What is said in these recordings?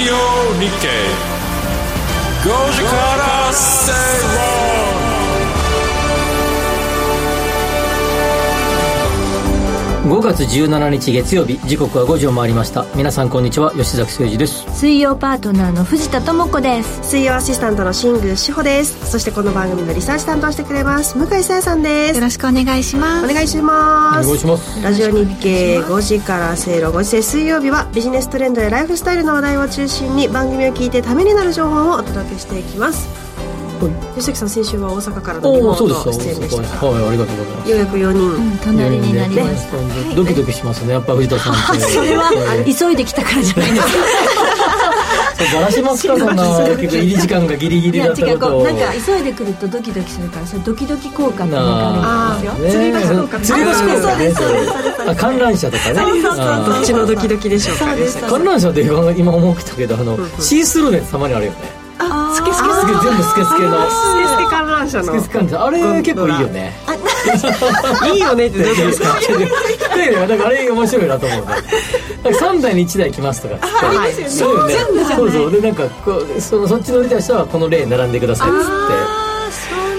日経5時から正論。5月17日月曜日、時刻は5時を回りました。皆さんこんにちは、吉崎誠二です。 水曜パートナーの藤田智子です。 水曜アシスタントの新宮志保です。そしてこの番組のリサーチ担当してくれます向井沙耶さんです。 よろしくお願いします。 お願いします。 お願いします。 ラジオ日経5時から正論。5時制水曜日はビジネストレンドやライフスタイルの話題を中心に番組を聞いてためになる情報をお届けしていきます。吉崎さん、先週は大阪からのリモート出演でした。 はい、ありがとうございます。 ようやく4人、 隣になりました、 ドキドキしますね、やっぱ藤田さんってそれは急いできたからじゃないですかバラしますか、そんな結局入り時間がギリギリだったことを。 なんか急いでくるとドキドキするから、それドキドキ効果ってのがあるんですよ。 釣り橋効果、 釣り橋効果ね。観覧車とかね。 どっちのドキドキでしょうか。 観覧車って今思ってたけど、シースルーのやつたまにあるよね。 スケスケ全部スケスケのスケスケ観覧車のスケスケ観覧車、あれ結構いいよね。 いいよねってどういうことですか。 なんかあれ面白いなと思うね。なんか3台に1台来ますとかつって、そうよね。そうで、なんかそっち乗りたい人はこのレーン並んでくださいっつって、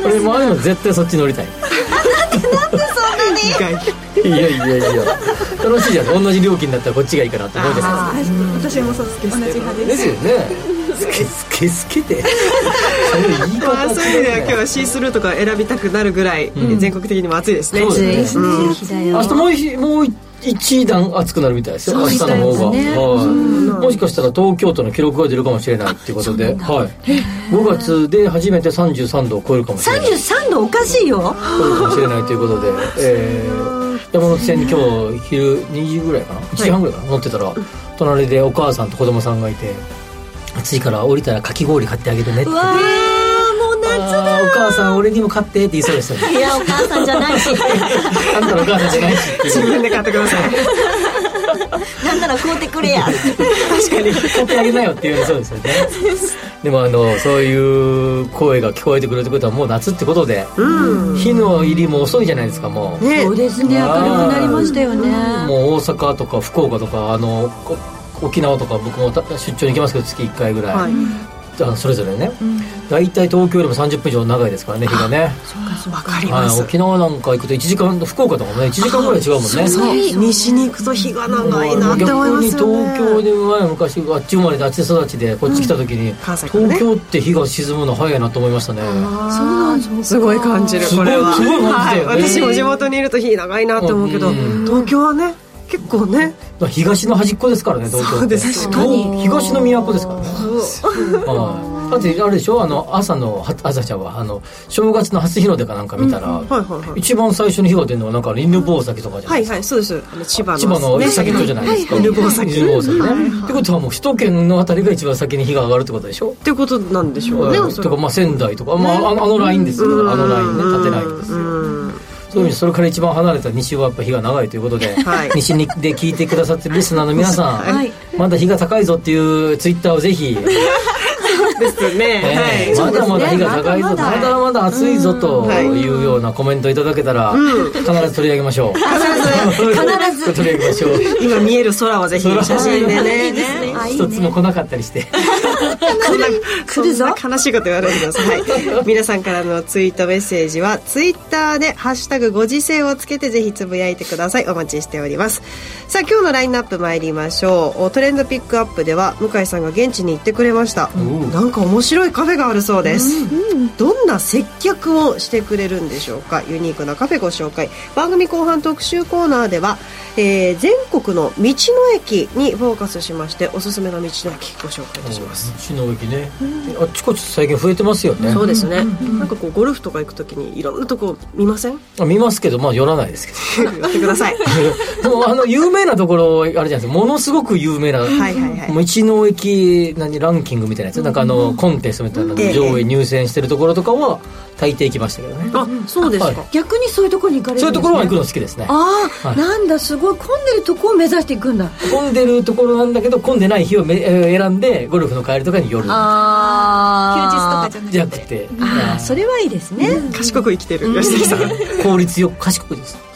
俺もああいうの絶対そっち乗りたい。 なんでそんなに。 いや楽しいじゃん。同じ料金だったらこっちがいいかなと思うじゃないですか。私もそうスケスケ同じ派ですよね。スケってそういう意味では今日はシースルーとか選びたくなるぐらい、全国的にも暑いですね。 そうですね。明日もう一段暑くなるみたいですよ、明日の方が。もしかしたら東京都の記録が出るかもしれないっていうことで、5月で初めて33度を超えるかもしれない。 33度おかしいよ。 超えるかもしれないということで、山手線に今日昼2時ぐらいかな、1時半ぐらいかな、乗ってたら隣でお母さんと子供さんがいて、暑いから降りたらかき氷買ってあげるねって。 うわー、もう夏だ。 お母さん俺にも買ってって言いそうでしたね。 いや、お母さんじゃないしあんたのお母さんじゃないし自分で買ってください。 なんなら買うてくれや。 確かに買ってあげなよって言われそうですよね。でもそういう声が聞こえてくるってことはもう夏ってことで、日の入りも遅いじゃないですか。もう、 そうですね、明るくなりましたよね。 もう大阪とか福岡とか沖縄とか僕も出張に行きますけど、月1回ぐらい、それぞれね、大体東京よりも30分以上長いですからね、日がね。 わかります。 沖縄なんか行くと1時間、福岡とかもね1時間ぐらい違うもんね。 そう西に行くと日が長いなって思いますよね。 逆に東京で昔あっち生まれであっち育ちでこっち来た時に、東京って日が沈むの早いなと思いましたね。 そうなんです。 すごい感じる。これはすごい感じだよね。 私も地元にいると日長いなって思うけど、東京はね結構ね、 東の端っこですからね、東京って。東の都ですからね。だってあれでしょ、朝ちゃんは正月の初日の出かなんか見たら、一番最初に日が出るのはなんか犬吠埼とかじゃないですか。 はいはい、そうです。千葉の先っちょじゃないですか。犬吠埼ね。ってことはもう首都圏のあたりが一番先に日が上がるってことでしょ。っていうことなんでしょうね。 とか仙台とか、あのラインですよ。あのラインね、縦ラインですよ。そういう意味でそれから一番離れた西はやっぱ日が長いということで、西で聞いてくださってるリスナーの皆さん、まだ日が高いぞっていうツイッターをぜひですね、 まだまだ日が高いぞ、まだまだ暑いぞというようなコメントいただけたら必ず取り上げましょう。必ず取り上げましょう。 今見える空はぜひ写真でね、 一つも来なかったりして来るぞ。悲しいこと言われてください。皆さんからのツイートメッセージはツイッターでハッシュタグご時世をつけてぜひつぶやいてください。お待ちしております。さあ今日のラインナップ参りましょう。トレンドピックアップでは向井さんが現地に行ってくれました。なんか面白いカフェがあるそうです。どんな接客をしてくれるんでしょうか。ユニークなカフェご紹介。番組後半特集コーナーでは、全国の道の駅にフォーカスしましておすすめの道の駅ご紹介いたします。 道の駅ね、あっちこっち最近増えてますよね。 そうですね、なんかこうゴルフとか行くときにいろんなとこ見ません？ 見ますけど、寄らないですけど寄ってください。 でも有名なところあるじゃないですか。ものすごく有名な、道の駅ランキングみたいなやつ、なんかコンテストみたいなの上位入選してるところとかは大抵行きましたけどね。 あ、そうですか。 逆にそういうところに行かれるんですね。 そういうところは行くの好きですね。 なんだ、すごい混んでるとこを目指していくんだ。 混んでるところなんだけど混んでない日を選んでゴルフの帰りとかに寄る。 休日とかじゃなくて。 それはいいですね。 賢く生きてる吉崎さん。 効率よく賢くです。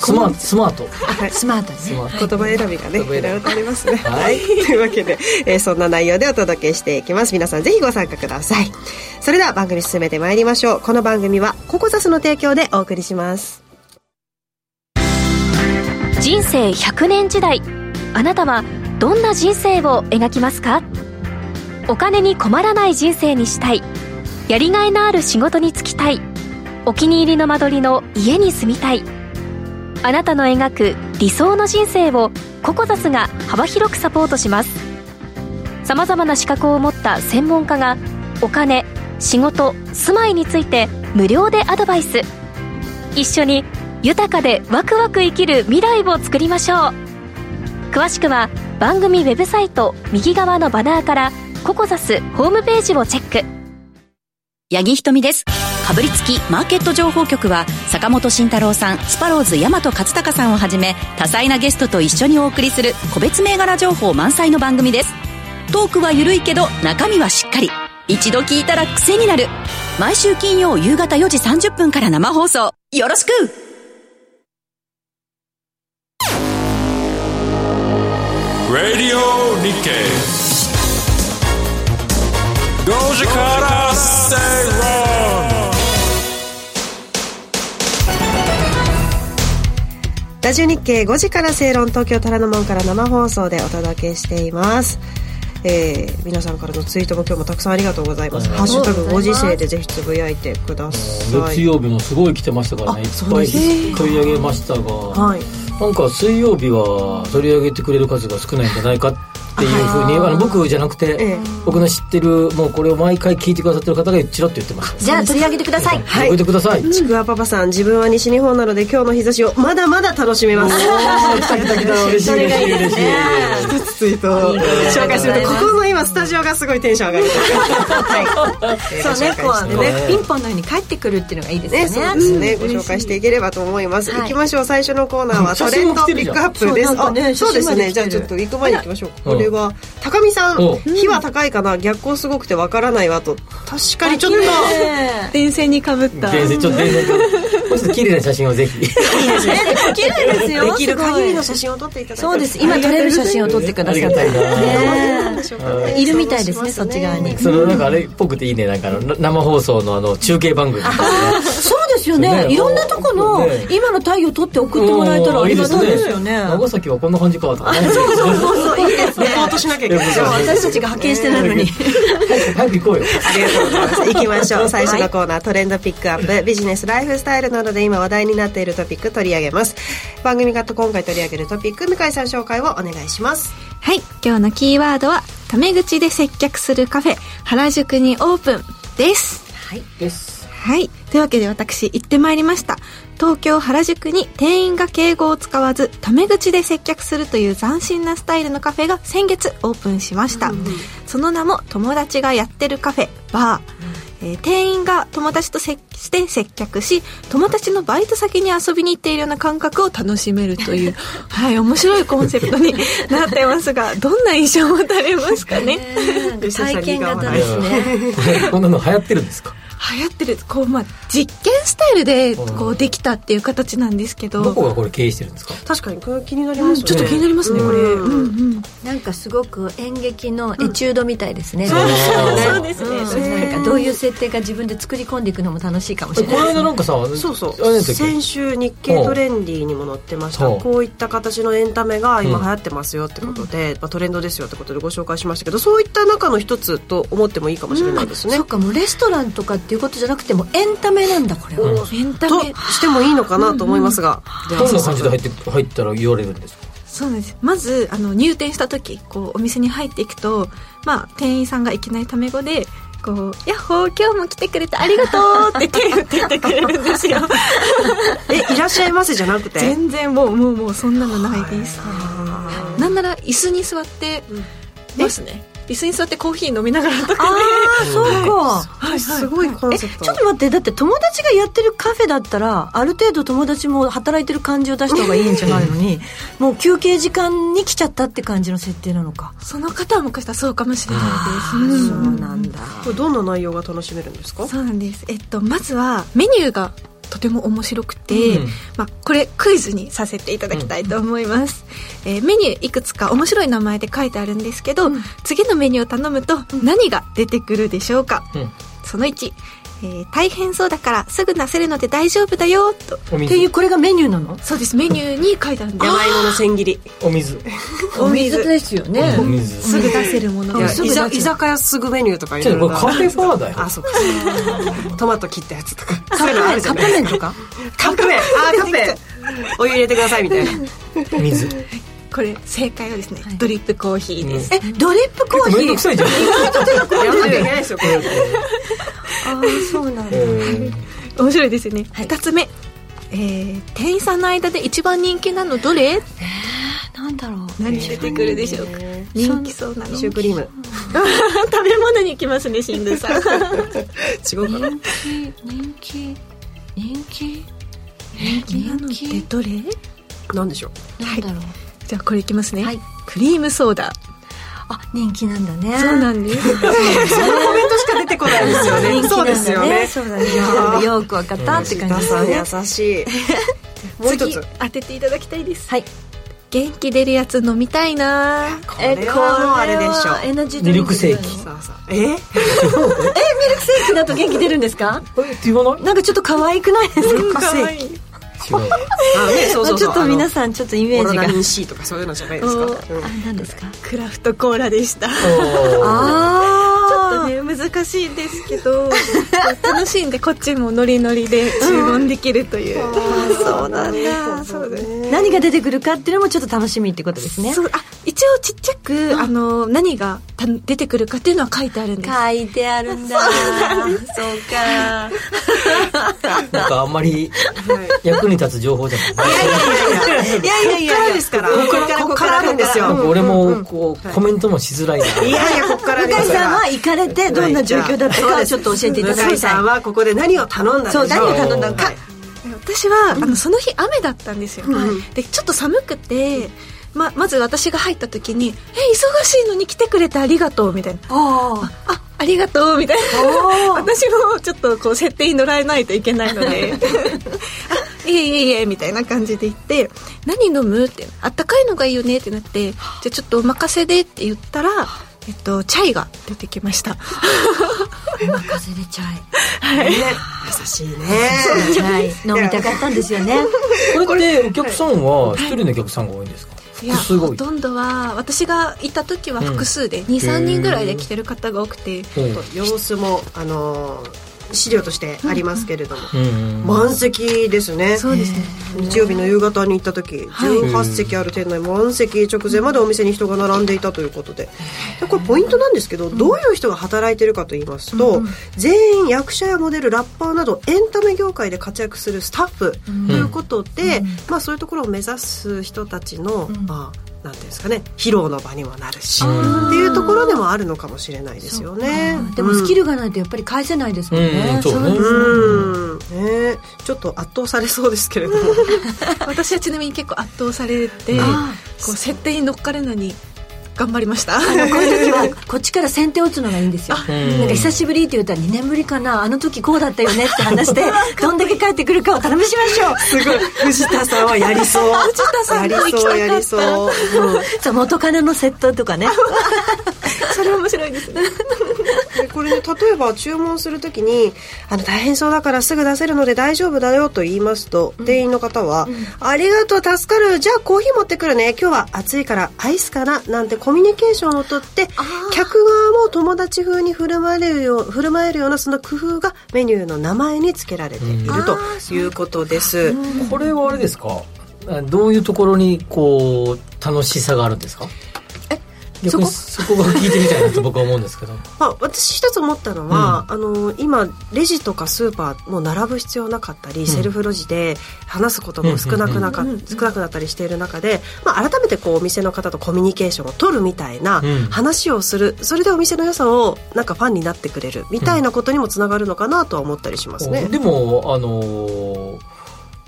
スマートスマートね、 言葉選びがねいろいろとありますね。はい、というわけで、そんな内容でお届けしていきます。皆さんぜひご参加ください。それでは番組進めてまいりましょう。この番組はココザスの提供でお送りします。 人生100年時代、あなたはどんな人生を描きますか？お金に困らない人生にしたい、やりがいのある仕事に就きたい、お気に入りの間取りの家に住みたい。あなたの描く理想の人生をココザスが幅広くサポートします。さまざまな資格を持った専門家がお金、仕事、住まいについて無料でアドバイス。一緒に豊かでワクワク生きる未来を作りましょう。詳しくは番組ウェブサイト右側のバナーからココザスホームページをチェック。 八木ひとみです。かぶりつきマーケット情報局は坂本慎太郎さん、スパローズ大和勝孝さんをはじめ多彩なゲストと一緒にお送りする個別銘柄情報満載の番組です。トークは緩いけど中身はしっかり、一度聞いたら癖になる。毎週金曜夕方4時30分から生放送、よろしく。 Radio Nikkei 5時から正論。 ラジオ日経5時から正論、東京虎ノ門から生放送でお届けしています。皆さんからのツイートも今日もたくさんありがとうございます。ハッシュタグご時世でぜひつぶやいてください。 月曜日もすごい来てましたからね、いっぱい取り上げましたが、はい、なんか水曜日は取り上げてくれる数が少ないんじゃないかっていうふうに僕じゃなくて、僕の知ってるもうこれを毎回聞いてくださってる方がチロッと言ってました。 じゃあ取り上げてください。 はい、 送ってください。 ちくわパパさん、自分は西日本なので今日の日差しをまだまだ楽しめます。 嬉しい嬉しい嬉しい。 一つツイートを紹介すると、ここの今スタジオがすごいテンション上がる。 そうね、こうね、ピンポンのように帰ってくるっていうのがいいですよね。 そうですね、ご紹介していければと思います。行きましょう。最初のコーナーはトレンドピックアップです。そうですね、じゃあちょっと行く前に行きましょう。これは高見さん、火は高いかな、逆光すごくてわからないわと。確かにちょっと電線にかぶったちょっと綺麗な写真をぜひ。 綺麗ですよ。 できる限りの写真を撮っていただいて。 そうです、今撮れる写真を撮ってくださったいるみたいですね、そっち側に。 そのなんかあれっぽくていいね、なんか生放送の中継番組。 そうですよね、いろんなとこの今の太陽撮って送ってもらえたらありがたいですよね。 長崎はこんな感じかとか。 そういいですね。レポートしなきゃいけない。 私たちが派遣してないのに。 早く行こうよ。 ありがとうございます。行きましょう。最初のコーナー、トレンドピックアップ。ビジネス、ライフスタイルなどで今話題になっているトピック取り上げます。番組が今回取り上げるトピック、向井さん紹介をお願いします。 はい、今日のキーワードはタメ口で接客するカフェ原宿にオープンです。 はいです。 はい、というわけで私行ってまいりました。東京原宿に店員が敬語を使わずタメ口で接客するという斬新なスタイルのカフェが先月オープンしました。その名も友達がやってるカフェバー。店員が友達として接客し、友達のバイト先に遊びに行っているような感覚を楽しめるというはい、面白いコンセプトになってますが、どんな印象を持たれますかね。 体験型ですね。 こんなの流行ってるんですか。 流行ってる、こう、実験スタイルでこうできたっていう形なんですけど、 どこがこれ経営してるんですか。 確かにこれ気になりますね。 ちょっと気になりますね、これ。 なんかすごく演劇のエチュードみたいですね。 そうですね。 なんかどういう設定か自分で作り込んでいくのも楽しいかもしれない。 この間なんかさ、 そう先週日経トレンディにも載ってました。こういった形のエンタメが今流行ってますよってことで、トレンドですよってことでご紹介しましたけど、そういった中の一つと思ってもいいかもしれないですね。 そうか、もうレストランとかっていうことじゃなくてもエンタメなんだ、これは。 エンタメとしてもいいのかなと思いますが、 どんな感じで入ったら言われるんですか。 そうです。まず入店した時、こうお店に入っていくと、店員さんがいきなりタメ語でこうヤッホー今日も来てくれてありがとうって手振って言ってくれるんですよ。 いらっしゃいませじゃなくて、 全然もうそんなのないです。なんなら椅子に座ってますね。椅子に座ってコーヒー飲みながらとかね。 そうか。 すごいコンセプト。 ちょっと待って、だって友達がやってるカフェだったらある程度友達も働いてる感じを出した方がいいんじゃないのにもう休憩時間に来ちゃったって感じの設定なのか。 その方はもしかしたらそうかもしれないです。 そうなんだ。 これどんな内容が楽しめるんですか。 そうなんです。まずはメニューがとても面白くて、これクイズにさせていただきたいと思います、メニューいくつか面白い名前で書いてあるんですけど、次のメニューを頼むと何が出てくるでしょうか。その1、大変そうだからすぐ出せるので大丈夫だよと。 っていうこれがメニューなの？ そうです、メニューに書いてあるんです。 山芋の千切り、 お水お水ですよね。 お水すぐ出せるもの。 居酒屋すぐメニューとかいろいろ。 これカフェバーだよ。 あ、そうか。トマト切ったやつとかそういうのあるじゃない。 カップ麺とかカップ麺、カップ麺お湯入れてくださいみたいな。 水。 これ正解はですね、ドリップコーヒーです。 ドリップコーヒー。 めんどくさいじゃん。 やんなきゃいけないですよこれ。 あ、そうなんだ。 面白いですよね。2つ目、店員さんの間で一番人気なのどれ？ なんだろう。 何出てくるでしょうか。人気そうなの。 シュークリーム。 食べ物に行きますね、シングさん。 違うかな。 人気なのってどれ？ なんでしょう。 なんだろう。 じゃあこれいきますね。クリームソーダ。 あ、人気なんだね。 そうなんです。 そのコメントしか出てこないですよね。 人気なんだね。 そうですよね。 そうだね。よくわかったって感じですね。 優しい。もう一つ当てていただきたいです。 はい。 元気出るやつ飲みたいな。 これはもうあれでしょ。 エナジーミルクセーキ。 そうそう。 ミルクセーキだと元気出るんですか？ って言わない？ なんかちょっと可愛くないですか？ かわいい。 違う。 ちょっと皆さんちょっとイメージが。 オロナミン C とかそういうのじゃないですか。 何ですか？ クラフトコーラでした。ちょっとね難しいですけど、楽しんでこっちもノリノリで注文できるという。 そうなんだ。そうです。何が出てくるかっていうのもちょっと楽しみってことですね。 そう、一応ちっちゃく何が出てくるかっていうのは書いてあるんです。 書いてあるんだ。そうか。 なんかあんまり役に立つ情報じゃない。 いやですから。ここからなんですよ。 俺もこうコメントもしづらいな。 いやここからですから。 向井さんは行かれてどんな状況だったかちょっと教えていただきたい。 向井さんはここで何を頼んだんでしょう。 そう、何を頼んだのか。 私はその日雨だったんですよ。でちょっと寒くて。まず私が入った時に忙しいのに来てくれてありがとうみたいな。ありがとうみたいな。私もちょっとこう設定に乗らないといけないのでいえみたいな感じで言って、何飲むってあったかいのがいいよねってなって、じゃあちょっとお任せでって言ったらチャイが出てきました。 お任せでチャイ。 はい。優しいね。 チャイ飲みたかったんですよね。 これってお客さんは一人のお客さんが多いんですか？ いやほとんどは私がいた時は複数で 2,3 人ぐらいで来てる方が多くて、 様子も資料としてありますけれども、満席ですね。 そうですね。 日曜日の夕方に行った時、18席ある店内満席、直前までお店に人が並んでいたということで、これポイントなんですけど、どういう人が働いているかと言いますと、全員役者やモデル、ラッパーなどエンタメ業界で活躍するスタッフということで、そういうところを目指す人たちの、なんていうんですかね、披露の場にもなるしっていうところでもあるのかもしれないですよね。 でもスキルがないとやっぱり返せないですもんね。 そうね。 ちょっと圧倒されそうですけれども私はちなみに結構圧倒されて、こう設定に乗っかるのに頑張りました。 こういう時はこっちから先手を打つのがいいんですよ。なんか久しぶりって言ったら2年ぶりかな、あの時こうだったよねって話してどんだけ帰ってくるかを頼みしましょう。 すごい、藤田さんはやりそう。 藤田さんやりそう。 そう、元カノのセットとかね。 それ面白いですね。 これね、例えば注文するときに大変そうだからすぐ出せるので大丈夫だよと言いますと、店員の方は、ありがとう助かる、じゃあコーヒー持ってくるね、今日は暑いからアイスかな、なんてコミュニケーションをとって客側も友達風に振る舞えるようなその工夫がメニューの名前に付けられているということです。 これはあれですか、どういうところにこう楽しさがあるんですか？逆にそこが聞いてみたいなと僕は思うんですけど私一つ思ったのは、今レジとかスーパーも並ぶ必要なかったり、セルフロジで話すことも少なくなったりしている中で、改めてこうお店の方とコミュニケーションを取るみたいな話をする、それでお店の良さをなんかファンになってくれるみたいなことにもつながるのかなとは思ったりしますね。 でも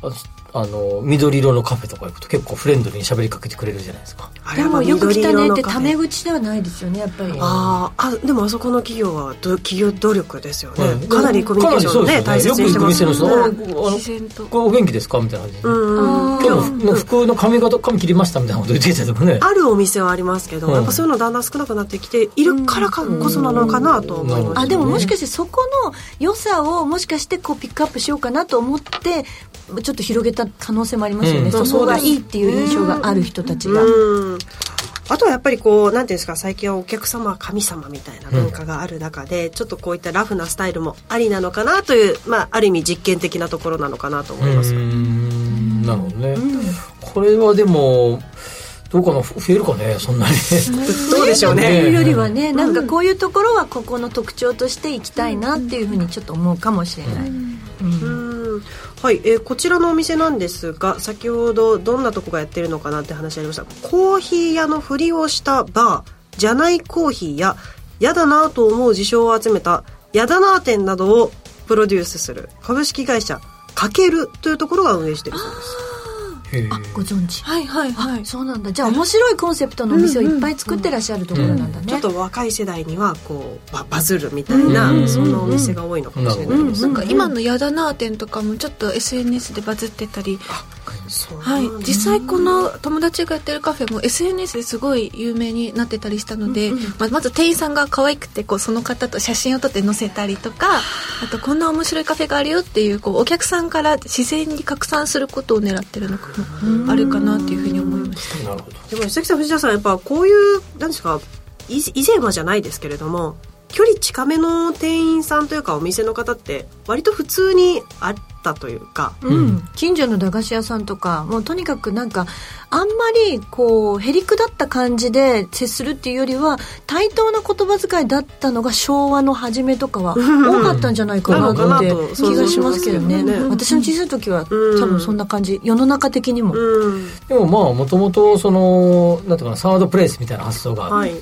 緑色のカフェとか行くと結構フレンドリーに喋りかけてくれるじゃないですか。 でもよく来たねってタメ口ではないですよね、やっぱり。 でもあそこの企業は企業努力ですよね、かなりコミュニケーションをね大切にしてますよね。よく行く店の人これお元気ですかみたいな感じで、今日服の髪切りましたみたいなこと言ってたとかね。あるお店はありますけど、やっぱそういうのだんだん少なくなってきているからこそなのかなと思いました、 でももしかしてそこの良さをもしかしてこうピックアップしようかなと思ってちょっと広げた可能性もありますよね、そこがいいっていう印象がある人たちが。 あとはやっぱりこうなんていうんですか、最近はお客様は神様みたいな文化がある中で、ちょっとこういったラフなスタイルもありなのかなという、ある意味実験的なところなのかなと思います。 なるほどね、これはでもどうかな、増えるかね、そんなにどうでしょうね。 というよりはね、なんかこういうところはここの特徴としていきたいなっていうふうにちょっと思うかもしれない。 はい、こちらのお店なんですが、先ほどどんなとこがやってるのかなって話ありました。コーヒー屋のふりをしたバーじゃないコーヒーややだなと思う事象を集めたやだな店などをプロデュースする株式会社かけるというところが運営しているそうです。 ご存知。そうなんだ。じゃあ面白いコンセプトのお店をいっぱい作ってらっしゃるところなんだね。 ちょっと若い世代にはこうバズるみたいな、そんなお店が多いのかもしれないです。 なんか今のやだな店とかもちょっと SNS でバズってたり、実際この友達がやってるカフェも SNS ですごい有名になってたりしたので、まず店員さんが可愛くてその方と写真を撮って載せたりとか、あとこんな面白いカフェがあるよっていう、お客さんから自然に拡散することを狙ってるのかもあるかなっていうふうに思いました。 なるほど。でも関さん、藤田さん、やっぱこういうなんですか、以前はじゃないですけれども、距離近めの店員さんというかお店の方って割と普通にあったというか、 近所の駄菓子屋さんとかもうとにかくなんかあんまりこうへりくだった感じで接するっていうよりは対等な言葉遣いだったのが昭和の初めとかは多かったんじゃないかなって気がしますけどね。私の小さい時は多分そんな感じ、世の中的にも。 でももともとそのなんていうかな、サードプレイスみたいな発想があって、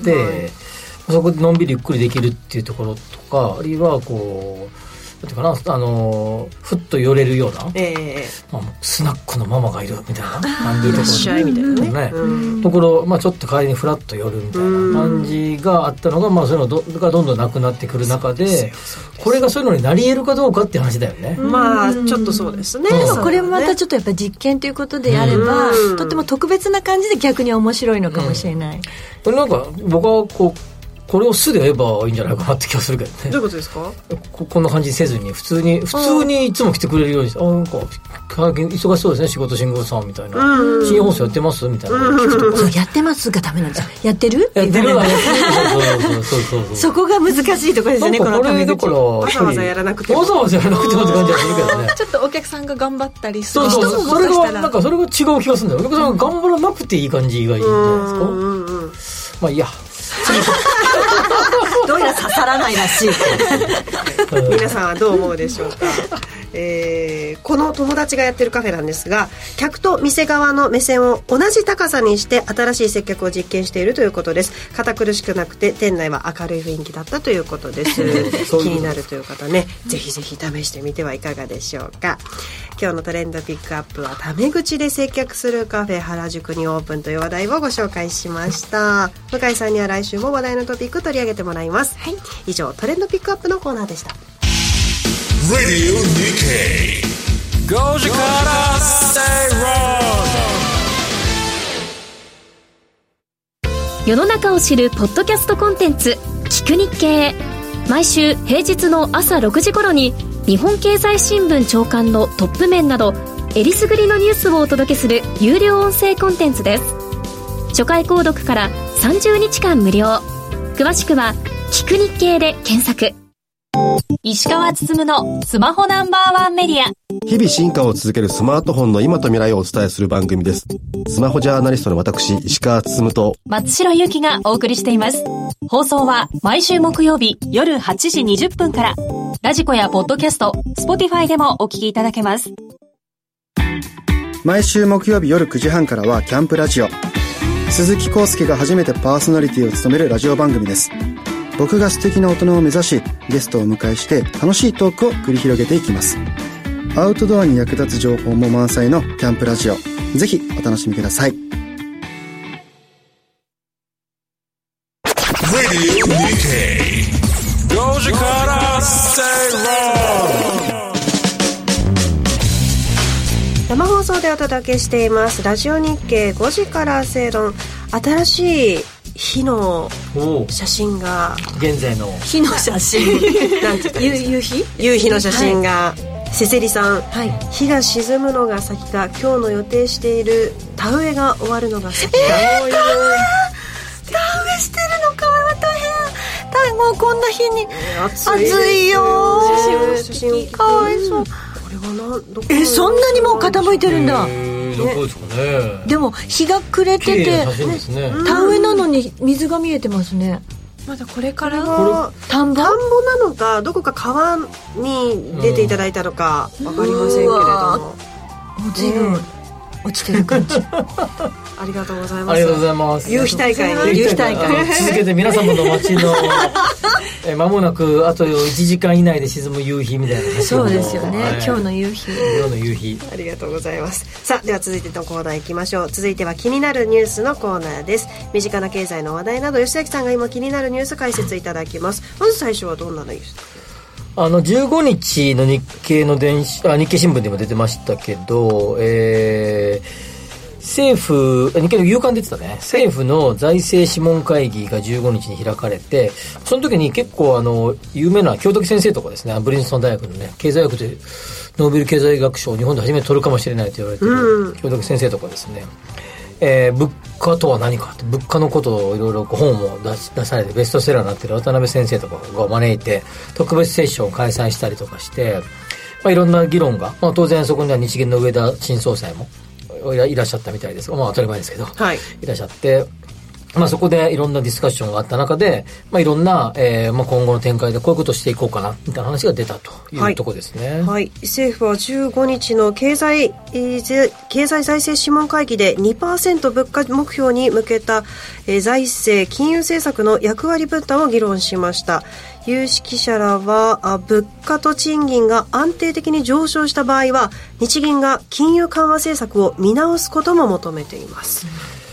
そこでのんびりゆっくりできるっていうところとか、あるいはこうなんていうかな、ふっと寄れるような、スナックのママがいるみたいな感じのところところ、ちょっと帰りにフラッと寄るみたいな感じがあったのが、そういうのがどんどんなくなってくる中で、これがそういうのになり得るかどうかっていう話だよね。 ちょっとそうですね。 でもこれもまたちょっとやっぱ実験ということであれば、とっても特別な感じで逆に面白いのかもしれない。 これなんか僕はこれを素でやればいいんじゃないかなって気がするけどね。 どういうことですか？ こんな感じにせずに普通にいつも来てくれるようにして、なんか忙しそうですね、仕事信号さんみたいな、新放送やってますみたいな聞くと、 そうやってますがダメなんですよ。やってるそこが難しいところですよね。このタメ口わざわざやらなくてもって感じはするけどね。ちょっとお客さんが頑張ったりする人ももしかしたら、 それが違う気がするんだよ。お客さんが頑張らなくていい感じがいいんじゃないですか。いやどうやら刺さらないらしい皆さんはどう思うでしょうか。この友達がやってるカフェなんですが、客と店側の目線を同じ高さにして新しい接客を実験しているということです。堅苦しくなくて店内は明るい雰囲気だったということです気になるという方ね、ぜひぜひ試してみてはいかがでしょうか。今日のトレンドピックアップはタメ口で接客するカフェ原宿にオープンという話題をご紹介しました。向井さんには来週も話題のトピック取り上げてもらいます。以上トレンドピックアップのコーナーでした。 Radio Nikkei 5時から Stay Road。 世の中を知るポッドキャストコンテンツ聞く日経。毎週平日の朝6時頃に日本経済新聞長官のトップ面などえりすぐりのニュースをお届けする有料音声コンテンツです。初回購読から30日間無料。詳しくは聞く日経で検索。石川つつむのスマホナンバーワンメディア。 日々進化を続けるスマートフォンの今と未来をお伝えする番組です。スマホジャーナリストの私、石川つつむと松代ゆきがお送りしています。放送は毎週木曜日夜8時20分から。ラジコやポッドキャスト、Spotify でもお聞きいただけます。 毎週木曜日夜9時半からはキャンプラジオ。鈴木康介が初めてパーソナリティを務めるラジオ番組です。僕が素敵な大人を目指し、ゲストをお迎えして楽しいトークを繰り広げていきます。 アウトドアに役立つ情報も満載のキャンプラジオ、ぜひお楽しみください。 生放送でお届けしていますラジオ日経5時から正論。新しい火の写真が、 現在の火の写真なんて夕日の写真が、せせりさん、 はい、 日が沈むのが先か、今日の予定している田植えが終わるのが先か。 田植えしてるのかは大変。もうこんな日に暑いよ。 写真かわいそう。 これはどこそんなにもう傾いてるんだ。 どこですかね。 でも日が暮れてて、田植えなのに水が見えてますね。 まだこれから田んぼなのか、どこか川に出ていただいたのか分かりませんけれども、 もう随分落ちてる感じありがとうございます。 ありがとうございます。 夕日大会続けて皆様の街の間もなくあと1時間以内で沈む夕日みたいな。 そうですよね、はい、今日の夕日ありがとうございます。さあ、では続いてのコーナー行きましょう。続いては気になるニュースのコーナーです。身近な経済の話題など吉崎さんが今気になるニュース解説いただきます。まず最初はどんなニュースですか。 15日の日経新聞でも出てましたけど、政府、日経の夕刊出てたね、政府の財政諮問会議が15日に開かれて、その時に結構有名な京都先生とかですね、ブリンストン大学のね、経済学でノーベル経済学賞を日本で初めて取るかもしれないと言われている京都先生とかですね、物価とは何かって、物価のことをいろいろ本を出されてベストセラーになっている渡辺先生とかが招いて特別セッションを開催したりとかして、いろんな議論が、当然そこには日銀の上田新総裁もいらっしゃったみたいですが、当たり前ですけど、はい、いらっしゃって、そこでいろんなディスカッションがあった中で、いろんな、今後の展開でこういうことをしていこうかなみたいな話が出たというところですね。 はい、政府は15日の経済財政諮問会議で 2% 物価目標に向けた、財政金融政策の役割分担を議論しました。有識者らは物価と賃金が安定的に上昇した場合は日銀が金融緩和政策を見直すことも求めています。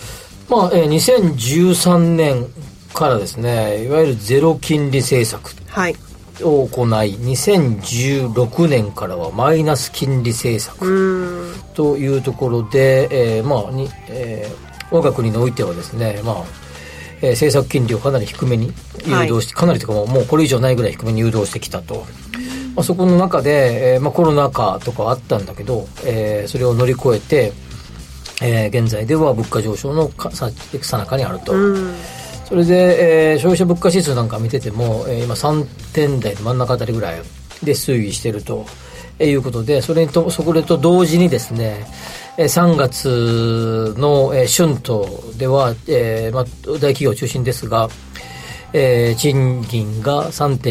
2013年からですね、いわゆるゼロ金利政策を行い、2016年からはマイナス金利政策というところで、我が国においてはですね、政策金利をかなり低めに誘導して、かなりというかもうこれ以上ないぐらい低めに誘導してきたと。そこの中で、コロナ禍とかあったんだけど、それを乗り越えて、現在では物価上昇のさなかにあると。それで、消費者物価指数なんか見てても、今3点台の真ん中あたりぐらいで推移しているということで、それと同時にですね、3月の春闘では、大企業中心ですが、賃金が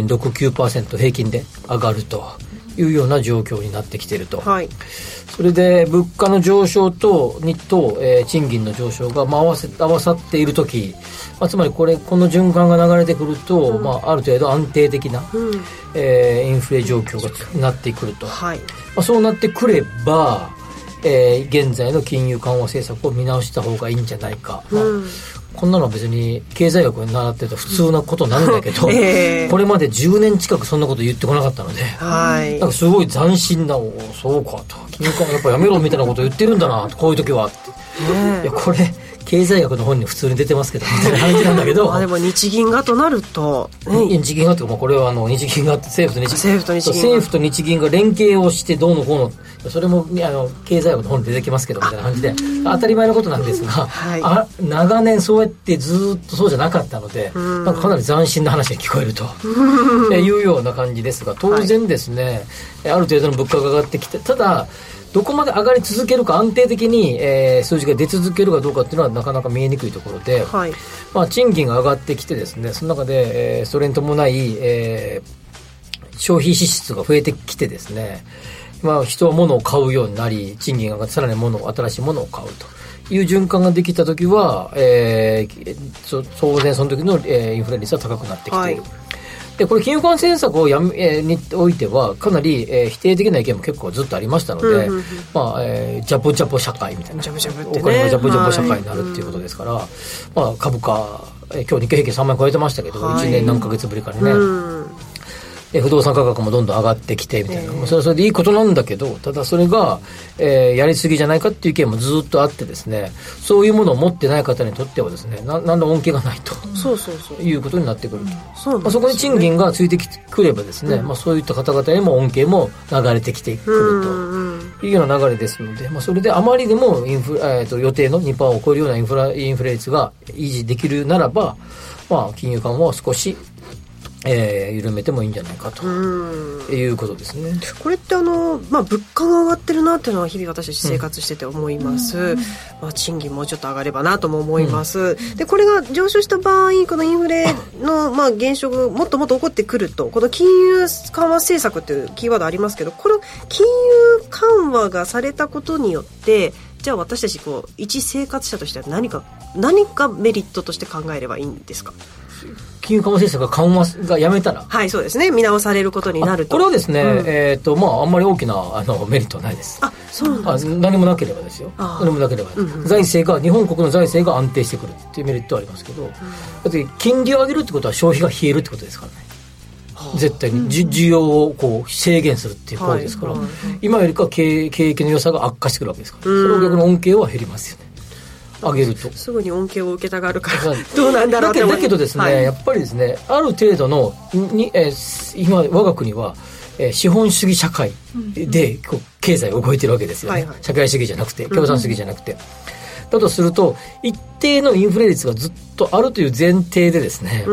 3.69% 平均で上がるというような状況になってきていると。はい、それで物価の上昇と賃金の上昇が合わさっているとき、つまりこの循環が流れてくると、ある程度安定的な、インフレ状況がなってくると。はい、そうなってくれば、現在の金融緩和政策を見直した方がいいんじゃないか。こんなのは別に経済学に習ってると普通なことなんだけど、これまで10年近くそんなこと言ってこなかったので、なんかすごい斬新な、そうかと、金融緩和やっぱやめろみたいなことを言ってるんだなと、こういう時はって。いやこれ経済学の本に普通に出てますけどみたいな感じなんだけどでも日銀がとなると、 日銀がというか、これは日銀が政府と日銀が連携をしてどうのこうの、それも経済学の本に出てきますけどみたいな感じで当たり前のことなんですが、長年そうやってずっとそうじゃなかったので、なんかかなり斬新な話に聞こえるというような感じですが、当然ですね、ある程度の物価が上がってきて、ただどこまで上がり続けるか、安定的に、数字が出続けるかどうかっていうのはなかなか見えにくいところで、賃金が上がってきてですね、その中で、それに伴い、消費支出が増えてきてですね、人は物を買うようになり、賃金が上がってさらに新しいものを買うという循環ができたときは、当然その時の、インフレ率は高くなってきている。 でこれ金融緩和政策をにおいてはかなり、否定的な意見も結構ずっとありましたので、まあジャブジャブ社会みたいな、 ジャブジャブってね、 お金がジャブジャブ社会になるっていうことですから、まあ、株価今日日経平均3万円超えてましたけど、1年何ヶ月ぶりかにね、不動産価格もどんどん上がってきてみたいな、それはそれでいいことなんだけど、ただそれが、やりすぎじゃないかっていう意見もずっとあってですね、そういうものを持ってない方にとってはですね、なんだ恩恵がないということになってくると、まあ、そこに賃金がついてくればですね、まあ、そういった方々へも恩恵も流れてきてくるというような流れですので、まあ、それであまりでも予定の 2% を超えるようなインフレ率が維持できるならば、まあ、金融緩和を少し緩めてもいいんじゃないかということですね。 これってまあ、物価が上がってるなっていうのは日々私たち生活してて思います、まあ、賃金もうちょっと上がればなとも思います、でこれが上昇した場合このインフレの、まあ、現象がもっともっと起こってくると、この金融緩和政策っていうキーワードありますけど、この金融緩和がされたことによってじゃあ私たち一生活者としては何かメリットとして考えればいいんですか？ 金融緩和政策が緩和がやめたら、 はい、そうですね、見直されることになると。 これはですね、まあ、あんまり大きなメリットはないです。 そうなんですか。 何もなければですよ。何もなければ、財政が日本国の財政が安定してくるっていうメリットはありますけど、だって金利を上げるってことは消費が冷えるってことですからね。絶対に需要を制限するっていう行為ですから、今よりか景気の良さが悪化してくるわけですから、それを逆に恩恵は減りますよね、上げると。 すぐに恩恵を受けたがるからどうなんだろうってだけどですね、やっぱりですね、ある程度の今我が国は、資本主義社会で経済が動いてるわけですよね、社会主義じゃなくて共産主義じゃなくて、だとすると一定のインフレ率がずっとあるという前提でですね、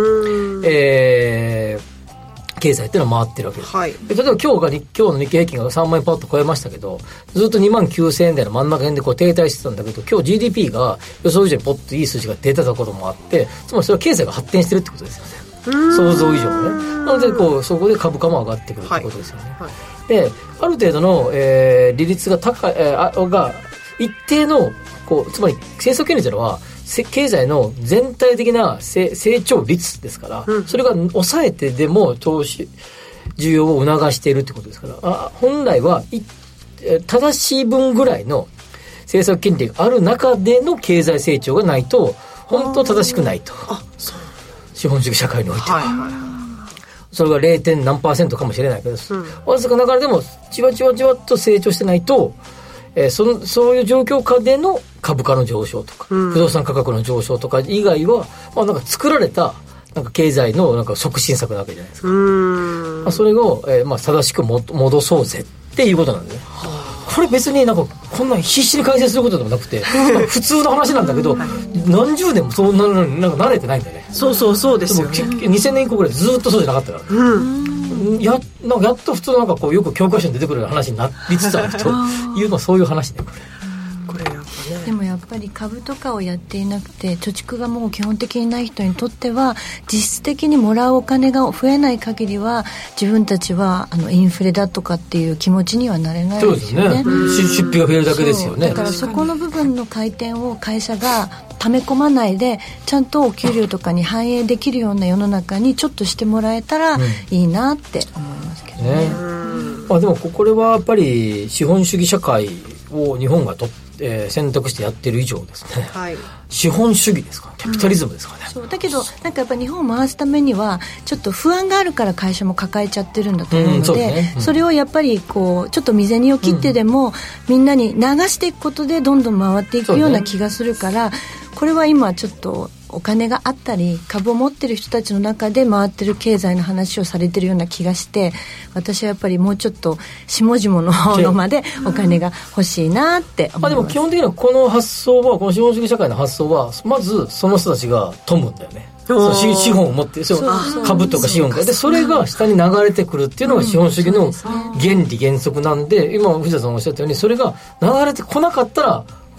経済っていうのは回ってるわけです、例えば今日の日経平均が3万円パッと超えましたけど、ずっと2万9000円台の真ん中辺で停滞してたんだけど、今日 GDP が予想以上にポッといい数字が出てたこともあって、つまりそれは経済が発展してるってことですよね、想像以上のね。なのでそこで株価も上がってくるってことですよね、である程度の、利率がが一定のつまり政策金利というのは経済の全体的な成長率ですから、それが抑えてでも投資需要を促しているということですから、本来は正しい分ぐらいの政策金利がある中での経済成長がないと本当正しくないと。資本主義社会においては、それが 0. 何%かもしれないけど、わずかながらでもじわじわじわっと成長してないと、そういう状況下での株価の上昇とか、不動産価格の上昇とか以外は、まあ、なんか作られたなんか経済のなんか促進策なわけじゃないですか。それを、まあ、正しく戻そうぜっていうことなんですね。これ別になんかこんな必死に改正することでもなくて普通の話なんだけど、何十年もそうなのになんか慣れてないんだね。 そうですよね。 2000年以降ぐらいずっとそうじゃなかったから、なんかやっと普通なんかよく教科書に出てくる話になりつつあるというのはそういう話ね、これやっぱね。でもやっぱり株とかをやっていなくて貯蓄がもう基本的にない人にとっては、実質的にもらうお金が増えない限りは自分たちはインフレだとかっていう気持ちにはなれないですよね。 そうですね、出費が増えるだけですよね。 だからそこの部分の回転を会社が溜め込まないでちゃんとお給料とかに反映できるような世の中にちょっとしてもらえたらいいなって思いますけどね。 まあ、でもこれはやっぱり資本主義社会を日本が選択してやってる以上ですね、資本主義ですから、キャピタリズムですからね、 そうだけどなんかやっぱ日本を回すためにはちょっと不安があるから会社も抱えちゃってるんだと思うので、それをやっぱりちょっと身銭を切ってでも、みんなに流していくことでどんどん回っていくような気がするから、これは今ちょっとお金があったり株を持ってる人たちの中で回ってる経済の話をされてるような気がして、私はやっぱりもうちょっと下々の方のまでお金が欲しいなって思います。 でも基本的にはこの発想は、この資本主義社会の発想はまずその人たちが富むんだよね。資本を持って株とか資本でそれが下に流れてくるっていうのが資本主義の原理原則なんで、今藤田さんおっしゃったようにそれが流れてこなかったら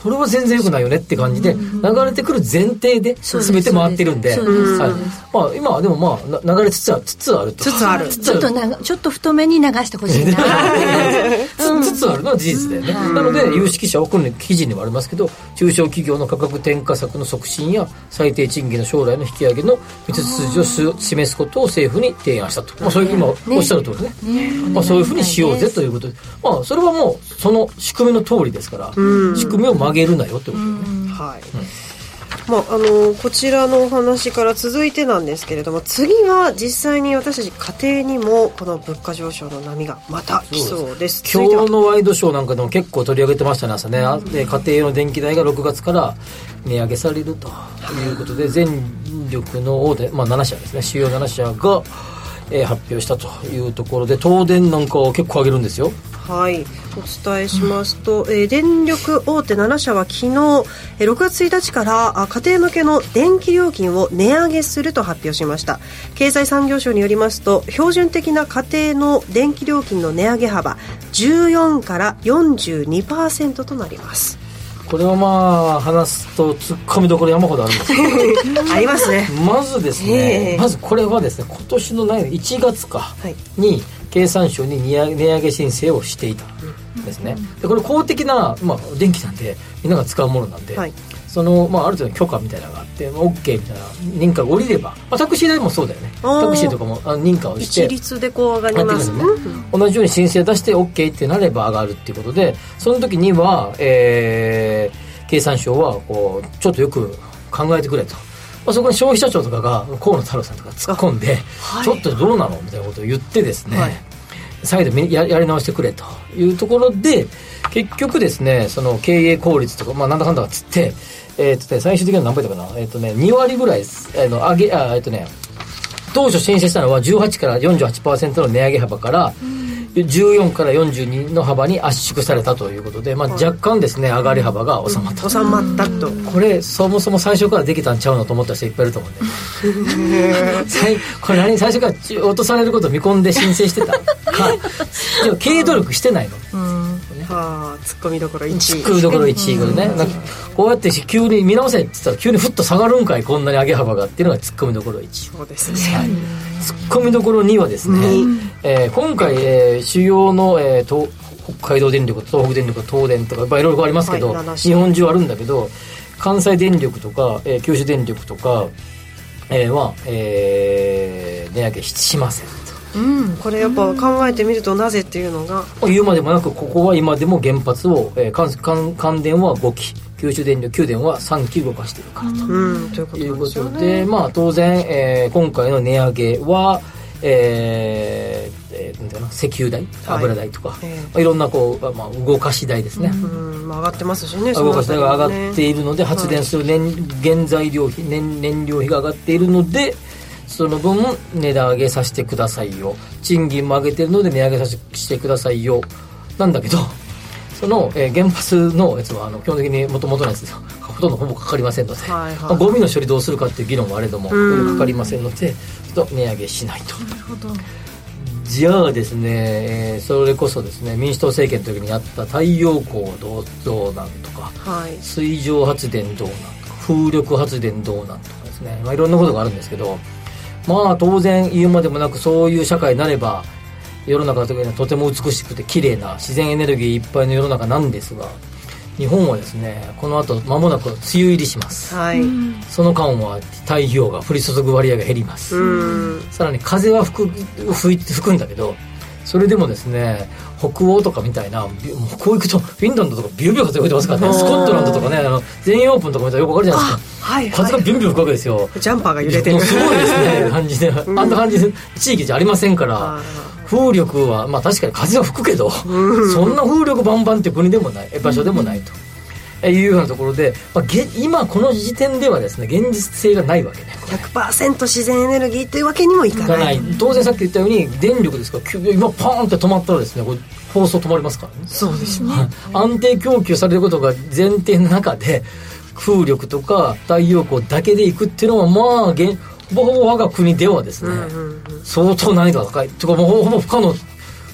それは全然良くないよねって感じで、流れてくる前提で全て回ってるんで、まあ、今はでもまあ流れつつあると。 ちょっと太めに流してほしいなつつあるのは事実だよね。なので有識者はこの記事にもありますけど、中小企業の価格転嫁策の促進や最低賃金の将来の引き上げの道筋を示すことを政府に提案したと。まあ、そういう今おっしゃる通りね。まあ、そういうふうにしようぜということで、まあ、それはもうその仕組みの通りですから、仕組みを曲げるなよってことですね。 はい。まあ、こちらのお話から続いてなんですけれども、次は実際に私たち家庭にもこの物価上昇の波がまた来そうです。 今日のワイドショーなんかでも結構取り上げてましたね、朝ね。で、家庭用の電気代が6月から値上げされるということで、全力の大手、まあ、7社ですね、主要7社が、発表したというところで、東電なんかを結構上げるんですよ。 はい、お伝えしますと、電力大手7社は昨日、6月1日から家庭向けの電気料金を値上げすると発表しました。経済産業省によりますと、標準的な家庭の電気料金の値上げ幅14から 42% となります。 これはまあ話すと突っ込みどころ山ほどあるんですけどありますね。 まずですね、まずこれはですね、今年の1月かに経産省に値上げ申請をしていたんですね。でこれ公的な、まあ、電気なんでみんなが使うものなんで、その、まあ、ある程度の許可みたいなのがあって、まあ、OK みたいな認可が下りれば、まあ、タクシー代もそうだよね。タクシーとかも認可をして一律でこう上がりますね。 同じように申請出して OK ってなれば上がるっていうことで、その時には、経産省はこうちょっとよく考えてくれと、まあ、そこに消費者庁とかが河野太郎さんとか突っ込んで、ちょっとどうなのみたいなことを言ってですね、再度やり直してくれというところで、結局ですね、その経営効率とか、まあ、なんだかんだがつって、最終的には何倍だかな、2割ぐらい当初申請したのは18から 48% の値上げ幅から14から42の幅に圧縮されたということで、まあ、若干ですね上がり幅が収まったと、 これそもそも最初からできたんちゃうのと思った人いっぱいいると思うんでこれ何最初から落とされることを見込んで申請してたかでも経営努力してないの、 ツッコミどころ1位ツッコミどころ1位これね、こうやって急に見直せって言ったら急にふっと下がるんかい、こんなに上げ幅がっていうのがツッコミどころ1。 そうですね、 ツッコミどころ2はですね、今回、主要の、北海道電力と東北電力と東電とかいろいろありますけど、日本中あるんだけど、関西電力とか、九州電力とか、は、値上げしません。 これやっぱ考えてみるとなぜっていうのが言うまでもなく、ここは今でも原発を、関電は5基、九州電力9電は3基動かしているからということで、まあ、当然、今回の値上げは、なんていうかな、石油代、油代とか、いろんなこう、まあ、動かし代ですね、 上がってますしね、 動かし代が上がっているので、発電する原材料費、燃料費が上がっているので、その分値上げさせてくださいよ、賃金も上げてるので値上げさせてくださいよなんだけど、その、原発のやつは基本的に元々のやつですよ、ほとんどかかりませんので、ゴミの処理どうするかっていう議論もあれどもかかりませんので、ちょっと値上げしないと。 なるほど。 じゃあですね、それこそですね、民主党政権の時にあった太陽光どうなんとか、水上発電どうなんとか、風力発電どうなんとかですね、まあ、いろんなことがあるんですけど、まあ当然言うまでもなく、そういう社会になれば世の中の時にはとても美しくて綺麗な自然エネルギーいっぱいの世の中なんですが、日本はですね、この後間もなく梅雨入りします、その間は太陽が降り注ぐ割合が減ります。さらに風は吹くんだけど、それでもですね、北欧とかみたいな、こう行くとフィンランドとかビュービュー風吹いてますからね、スコットランドとかね、全英オープンとか見たらよくわかるじゃないですか、風がビュンビュン吹くわけですよ。 ジャンパーが揺れてる、 すごいですね感じで、あんな感じで地域じゃありませんから、風力はまあ確かに風は吹くけど、そんな風力バンバンっていう国でもない、場所でもないというようなところで、まあ、今この時点ではですね、現実性がないわけね。 100% 自然エネルギーというわけにもいかない。 当然さっき言ったように電力ですから、今パーンって止まったらですね、これ放送止まりますからね。 そうですね安定供給されることが前提の中で、風力とか太陽光だけでいくっていうのは、まあほぼほぼ我が国ではですね、相当難易度が高いとか、もうほぼ不可能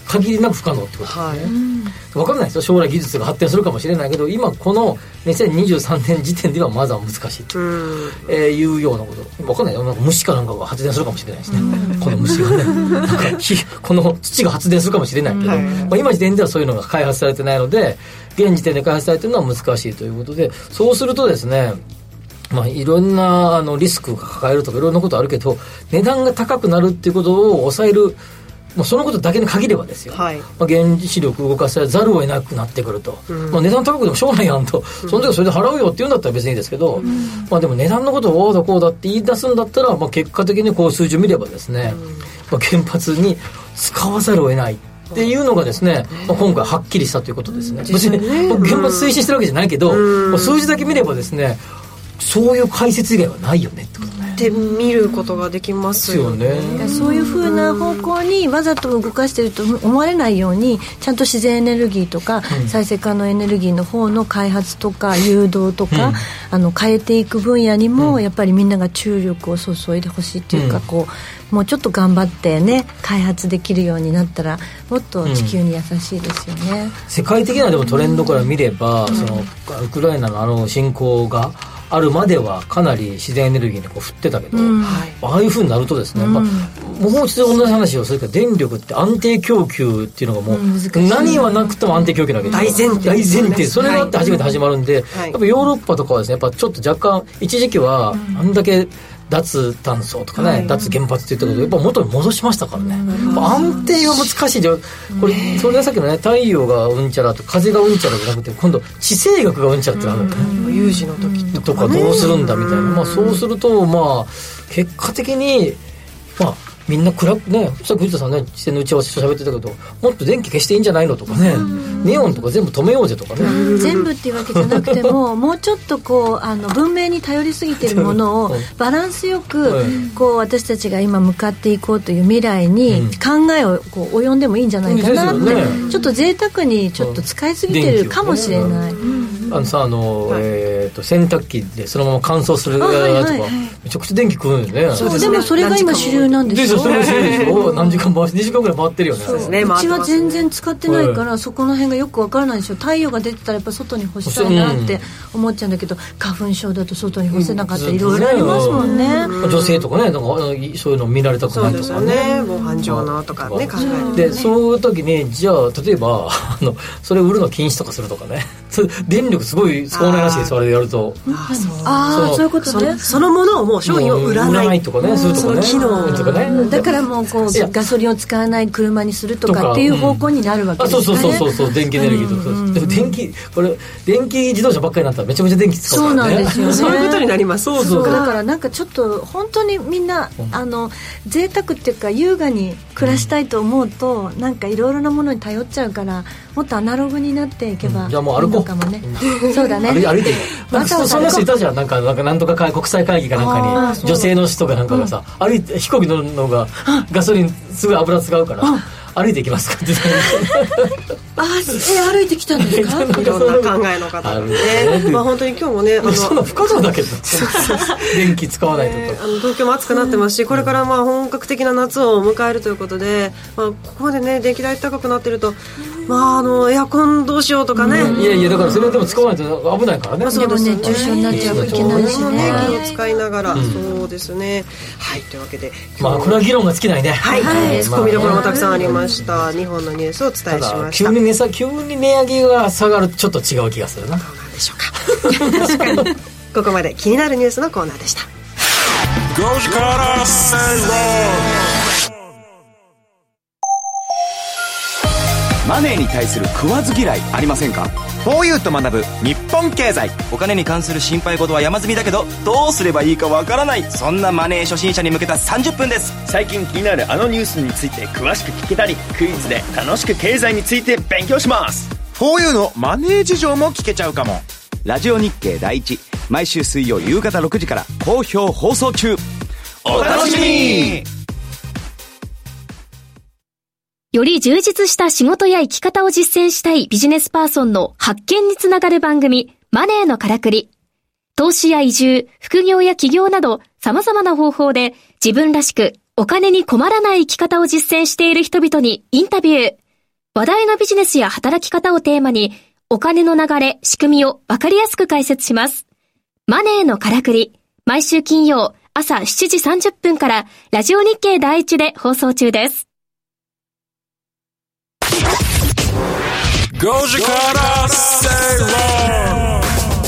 限りなく不可能ってことですね、分からないですよ。将来技術が発展するかもしれないけど、今この2023年時点ではまだ難しいというようなこと。分かんないよ。なんか虫かなんかが発電するかもしれないですね、この虫がねなんかこの土が発電するかもしれないけど、今時点ではそういうのが開発されてないので、現時点で開発されているのは難しいということで、そうするとですね、いろんなリスクが抱えるとかいろんなことあるけど、値段が高くなるっていうことを抑える、そのことだけに限ればですよ、原子力を動かさざるを得なくなってくると、値段高くてもしょうがないやんと、その時はそれで払うよって言うんだったら別にいいですけど、でも値段のことをああだこうだって言い出すんだったら、結果的にこう数字を見ればですね、原発に使わざるを得ないっていうのがですね、今回はっきりしたということですね。別に原発推進してるわけじゃないけど、数字だけ見ればですね、そういう解説以外はないよねってことね。 って見ることができますよね。 そういう風な方向にわざと動かしていると思われないように、ちゃんと自然エネルギーとか、再生可能エネルギーの方の開発とか誘導とか、変えていく分野にもやっぱりみんなが注力を注いでほしいっていうか、もうちょっと頑張ってね、開発できるようになったらもっと地球に優しいですよね。 世界的なでもトレンドから見れば、そのウクライナの侵攻があるまではかなり自然エネルギーに振ってたけど、ああいう風になるとですね、もう一度同じ話をするけど、電力って安定供給っていうのがもう、何はなくても安定供給なわけですよ。大前提。それがあって初めて始まるんで、やっぱヨーロッパとかはですね、やっぱちょっと若干一時期はあんだけ脱炭素とかね、脱原発って言ったことをやっぱ元に戻しましたからね、安定は難しい。これそれがさっきのね、太陽がうんちゃらと風がうんちゃらじゃなくて、今度地政学がうんちゃらってなるんだね、 有事の時とかどうするんだみたいな、そうすると結果的にみんな暗くね、さっき藤田さんね、視線の打ち合わせして喋ってたけど、もっと電気消していいんじゃないのとかね、ネオンとか全部止めようぜとかね、 全部っていうわけじゃなくてももうちょっと文明に頼りすぎているものをバランスよく私たちが今向かっていこうという未来に考えを及んでもいいんじゃないかなって、ちょっと贅沢にちょっと使いすぎてるかもしれない。 洗濯機でそのまま乾燥するやつとか、めちゃくちゃ電気食うんよね。 でもそれが今主流なんですよ。 何時間回して2時間ぐらい回ってるよね。 うちは全然使ってないから、そこの辺がよくわからないでしょ。太陽が出てたらやっぱ外に干したいなって思っちゃうんだけど、花粉症だと外に干せなかったりいろいろありますもんね。 女性とかね、なんかそういうの見られたくないとかね。 そうですよね。防犯上のとかね、考える。でそういう時にじゃあ例えばそれを売るの禁止とかするとかね、電力すごい使わないらしいです。あれでやると。 そういうことね。 そのものをもう商品を売らないとかね、するとかね、 機能とかね。 だからもうガソリンを使わない車にするとかっていう方向になるわけですね。 そう電気エネルギーとか。でも電気自動車ばっかりになったらめちゃめちゃ電気使うからね。 そうなんですよね。 そういうことになります。 だからなんかちょっと本当にみんな贅沢っていうか優雅に暮らしたいと思うと、なんかいろいろなものに頼っちゃうから、もっとアナログになっていけばいいのかもね。そうだね。 歩いてその人いたじゃん、なんとか国際会議かなんかに女性の人がなんかがさ、歩いて飛行機乗るのがガソリンすごい油使うから歩いていきますかって歩いてきたんですか。 いろんな考えの方ね。本当に今日もね、 そんな不可能だけど電気使わないとか。 東京も暑くなってますし、これから本格的な夏を迎えるということで、ここまでね電気代高くなってると、エアコンどうしようとかね。 いやだからそれでも使わないと危ないからね。 でも熱中症になっちゃうといけないしね。 気を使いながら、そうですね。はい、というわけでこれは議論が尽きないね。 はい、ツッコミどころもたくさんありました。日本のニュースをお伝えしました。 急に値上げが下がるとちょっと違う気がするな。 どうなんでしょうか。確かに。ここまで気になるニュースのコーナーでした。 5時から正論。 マネーに対する食わず嫌いありませんか？ 4U と学ぶ日本経済。お金に関する心配事は山積みだけど、どうすればいいかわからない、そんなマネー初心者に向けた30分です。 最近気になるあのニュースについて詳しく聞けたり、クイズで楽しく経済について勉強します。 4U のマネー事情も聞けちゃうかも。ラジオ日経第一、毎週水曜夕方6時から好評放送中。 お楽しみに。 より充実した仕事や生き方を実践したいビジネスパーソンの発見につながる番組、マネーのからくり。投資や移住、副業や起業など様々な方法で自分らしくお金に困らない生き方を実践している人々にインタビュー。 話題のビジネスや働き方をテーマに、お金の流れ、仕組みをわかりやすく解説します。マネーのからくり、毎週金曜朝7時30分からラジオ日経第一で放送中です。 5時から正論。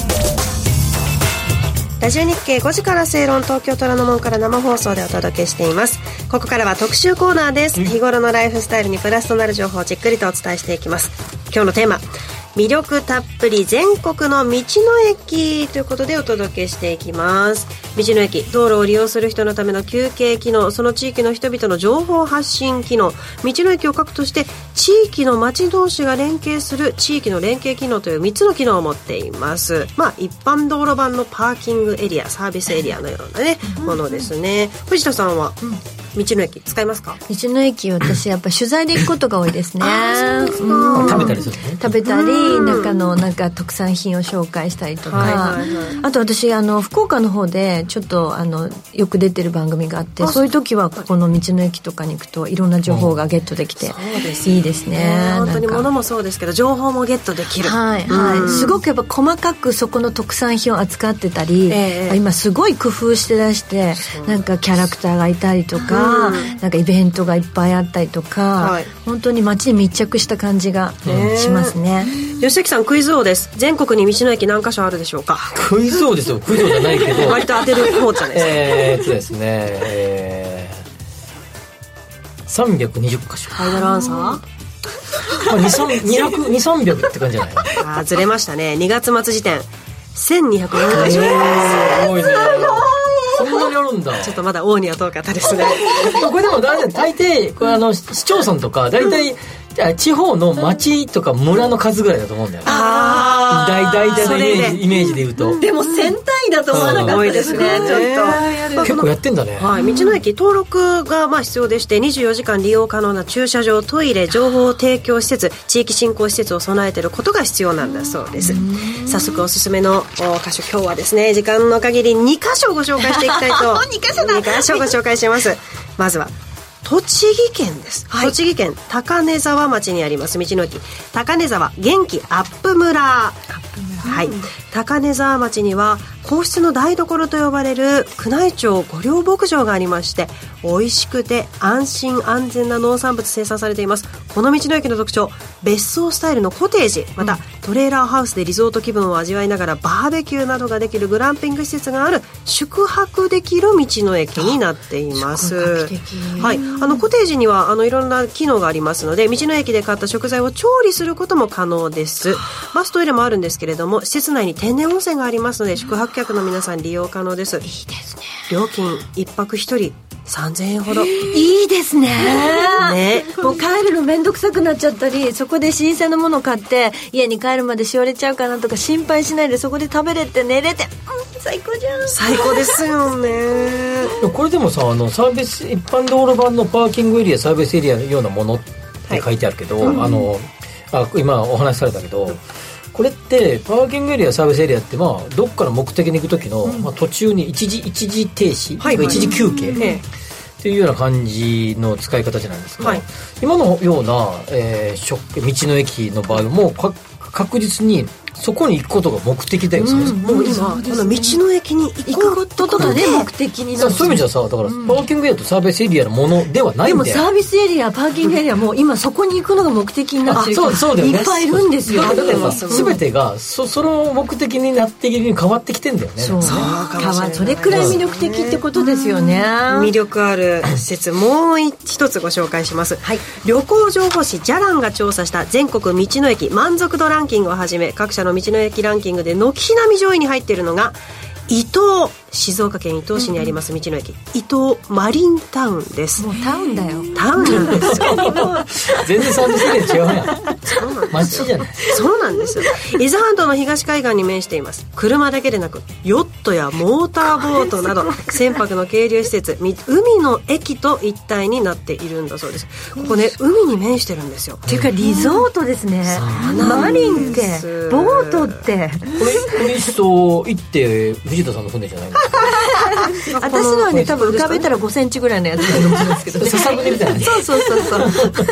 ラジオ日経5時から正論、東京虎ノ門から生放送でお届けしています。ここからは特集コーナーです。日頃のライフスタイルにプラスとなる情報をじっくりとお伝えしていきます。今日のテーマ、魅力たっぷり全国の道の駅ということでお届けしていきます。道の駅、道路を利用する人のための休憩機能、その地域の人々の情報発信機能、道の駅を核として地域の町同士が連携する地域の連携機能という3つの機能を持っています。一般道路版のパーキングエリア、サービスエリアのようなね、ものですね。藤田さんは、道の駅使いますか？ 道の駅、私やっぱ取材で行くことが多いですね。 食べたりするね。 食べたり、中の特産品を紹介したりとか、あと私福岡の方でちょっとよく出てる番組があって、そういう時はここの道の駅とかに行くといろんな情報がゲットできて、いいですね。 本当に物もそうですけど情報もゲットできる。 すごくやっぱ細かくそこの特産品を扱ってたり、今すごい工夫して出して、キャラクターがいたりとか、イベントがいっぱいあったりとか、本当に街に密着した感じがしますね。 吉崎さん、クイズ王です。全国に道の駅何カ所あるでしょうか？ クイズ王ですよ。クイズ王じゃないけど割と当てる方じゃないですか。 ですね、320カ所。 ファイナルアンサー 200-300って感じじゃない？ ずれましたね。2月末時点1204カ所。 すごいね。そんなにあるんだ。 ちょっとまだ王には遠かったですね。 これでも大体これ市町村とか大体、地方の町とか村の数ぐらいだと思うんだよね。大体のイメージで言うと。 でも1000単位だと思わなかったですね。ちょっと結構やってんだね。 道の駅登録が必要でして、24時間利用可能な駐車場、トイレ、情報提供施設、地域振興施設を備えていることが必要なんだそうです。早速おすすめの箇所、今日はですね、時間の限り2箇所ご紹介していきたいと 2箇所だ。 2箇所ご紹介します。まずは栃木県です。栃木県高根沢町にあります道の駅、高根沢元気アップ村。高根沢町には皇室の台所と呼ばれる宮内庁御料牧場がありまして、美味しくて安心安全な農産物生産されています。この道の駅の特徴、別荘スタイルのコテージ、またトレーラーハウスでリゾート気分を味わいながらバーベキューなどができるグランピング施設がある宿泊できる道の駅になっています。コテージにはいろんな機能がありますので、道の駅で買った食材を調理することも可能です。バストイレもあるんですけれども、施設内に天然温泉がありますので、宿泊客の皆さん利用可能です。いいですね。料金1泊1人3000円ほど。 いいですね。もう帰るのめんどくさくなっちゃったり、そこで新鮮なもの買って家に帰るまでしおれちゃうかなとか心配しないで、そこで食べれて寝れて、最高じゃん。 最高ですよね。 これでもさ、サービス、一般道路版のパーキングエリア、サービスエリアのようなものって書いてあるけど、今お話しされたけど、これってパーキングエリア、サービスエリアってどっかの目的に行く時の、途中に一時停止、一時休憩っていうような感じの使い方じゃないですか。今のような、道の駅の場合も確実にそこに行くことが目的だよ。 もう今この道の駅に行くこととかで目的になる。 そういう意味じゃさ、だからパーキングエリアとサービスエリアのものではないんだよ。 でもサービスエリア、パーキングエリアも今そこに行くのが目的になってるから、 そうだよね、 いっぱいいるんですよ。 だから全てがその目的になっているに変わってきてんだよね。 それくらい魅力的ってことですよね。 魅力ある施設、もう一つご紹介します。旅行情報誌じゃらんが調査した全国道の駅満足度ランキングをはじめ、各社の道の駅ランキングで軒並み上位に入っているのが伊東、静岡県伊東市にあります道の駅、伊東マリンタウンです。 もうタウンだよ。 タウンなんですよ。 全然サービスエリア違うやん。街じゃない。 そうなんですよ。伊豆半島の東海岸に面しています。車だけでなくヨットやモーターボートなど船舶の係留施設、海の駅と一体になっているんだそうです。ここね、海に面してるんですよ。 っていうかリゾートですね。マリンってボートってこれ一層行って藤田さんの船じゃないの？ 私のはね、多分浮かべたら5センチぐらいのやつが乗ってるんですけど、 ささ舟みたいな。 そう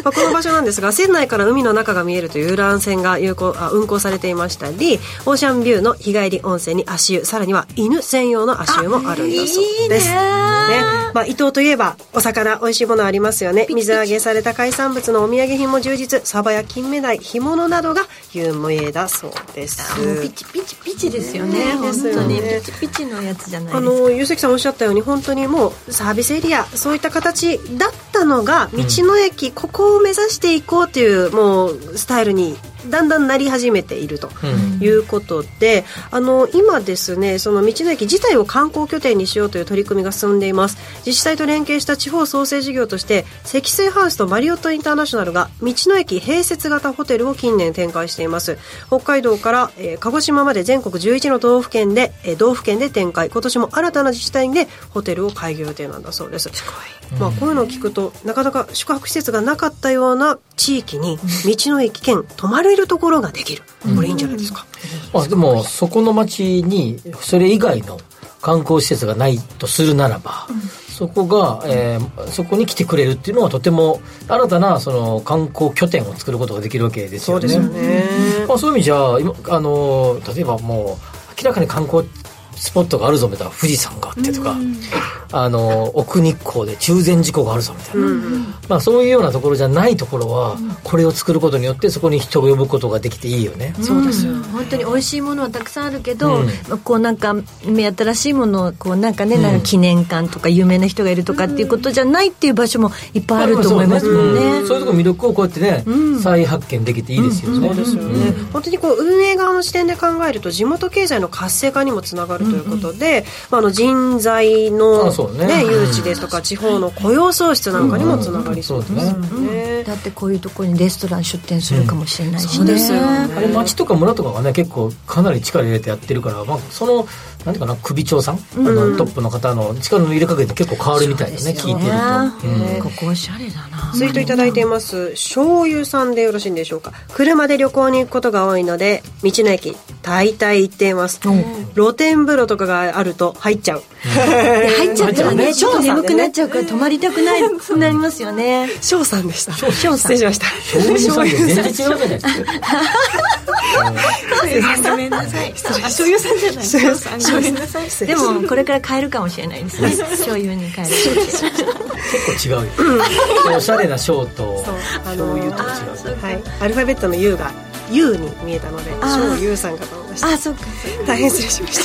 この場所なんですが、船内から海の中が見えるという遊覧船が運航されていましたり、オーシャンビューの日帰り温泉に足湯、さらには犬専用の足湯もあるんだそうです。いいね。伊東といえばお魚、美味しいものありますよね。水揚げされた海産物のお土産品も充実、サバや金目鯛、干物などが有名だそうです。 ピチピチピチですよね。本当にピチピチのやつじゃないですか。 ゆうせきさんおっしゃったように、本当にもうサービスエリア、そういった形だったのが、道の駅、ここを目指していこうというもうスタイルにだんだんなり始めているということで、今ですね、その道の駅自体を観光拠点にしようという取り組みが進んでいます。自治体と連携した地方創生事業として、積水ハウスとマリオットインターナショナルが道の駅併設型ホテルを近年展開しています。北海道から、鹿児島まで全国11の道府県で展開。今年も新たな自治体でホテルを開業予定なんだそうです。こういうのを聞くと、なかなか宿泊施設がなかったような地域に道の駅兼泊まれるところができる。これいいんじゃないですか。 でもそこの町にそれ以外の観光施設がないとするならば、そこが、そこに来てくれるっていうのはとても新たなその観光拠点を作ることができるわけですよね。そうですよね。そういう意味じゃ例えばもう明らかに観光スポットがあるぞみたいな、富士山があってとか、奥日光で中禅寺湖があるぞみたいな、そういうようなところじゃないところは、これを作ることによってそこに人を呼ぶことができていいよね。 そうですよ。本当に美味しいものはたくさんあるけど、こうなんか目新しいものをこうなんかね、なんか記念館とか有名な人がいるとかっていうことじゃないっていう場所もいっぱいあると思いますもんね。 そういうところ魅力をこうやってね、再発見できていいですよね。 そうですよね。本当にこう運営側の視点で考えると、地元経済の活性化にもつながるということで、人材の、誘致ですとか地方の雇用創出なんかにもつながりそうですね。 だってこういうところにレストラン出店するかもしれないしね。そうですよね。あれ町とか村とかがね、結構かなり力入れてやってるから、そのなんていうかな、首長さん、トップの方の力の入れかけて結構変わるみたいですね。聞いてると、ここおしゃれだな。 ツイートいただいています。醤油さんでよろしいんでしょうか。車で旅行に行くことが多いので、道の駅大体行っています。露天風呂とかがあると入っちゃう。 入っちゃったらね、ちょっと眠くなっちゃうから泊まりたくなりますよね。 翔さんでした。失礼しました。 醤油さん全然違うじゃないですか。 ごめんなさい。醤油さんじゃない。醤油なさい。 でもこれから変えるかもしれないですね。醤油に変える。 結構違うよ。おしゃれな醤と醤油と違う。 はい。アルファベットの U が U に見えたので、醤油さんかと思いました。 そうか。 大変失礼しました。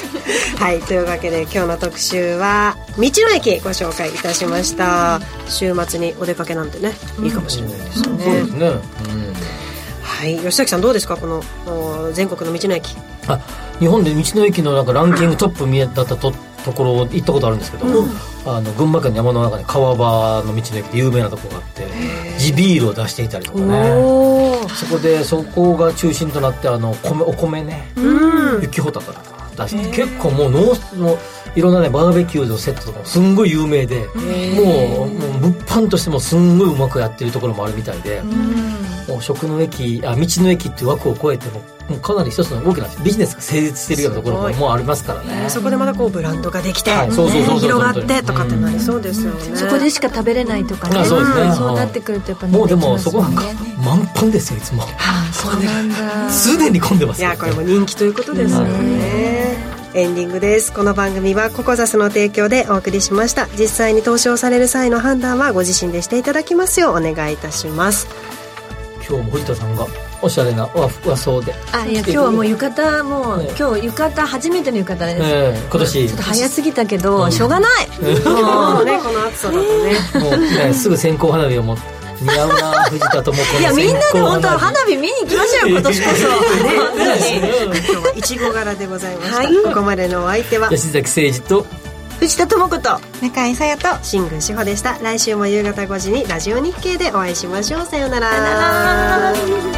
はい。というわけで今日の特集は道の駅ご紹介いたしました。週末にお出かけなんてね、いいかもしれないですよね。そうですね。はい、吉崎さんどうですか、この全国の道の駅。 日本で道の駅のなんかランキングトップだったところ行ったことあるんですけど、群馬県の山の中に川場の道の駅で有名なところがあって、地ビールを出していたりとかね、そこが中心となってお米ね、雪ほたか出して、結構もういろんなねバーベキューのセットとかもすんごい有名で、もう物販としてもすんごいうまくやってるところもあるみたいで、もう道の駅っていう枠を超えてもうかなり一つの大きなビジネスが成立しているようなところももうありますからね。 そこでまたこうブランドができて、広がってとかってなりそうですよね。 そこでしか食べれないとかね。そうなってくるとやっぱもうでもそこなんか満帆ですよいつも。 そうなんだ。 常に混んでますよ。 いやこれも人気ということですよね。エンディングです。この番組はココザスの提供でお送りしました。実際に投資をされる際の判断はご自身でしていただきますようお願いいたします。 今日も藤田さんがおしゃれな和装で。 いや今日はもう浴衣今日浴衣初めての浴衣です。 今年ちょっと早すぎたけど、しょうがない。 もうねこの暑さだとね。 もうねすぐ線香花火を似合うな藤田智子の。 いやみんなで本当花火見に行きましょうよ今年こそ。 今日はいちご柄でございました。ここまでのお相手は吉崎誠二と藤田智子と中井さやと新宮志保でした。来週も夕方5時にラジオ日経でお会いしましょう。さようなら。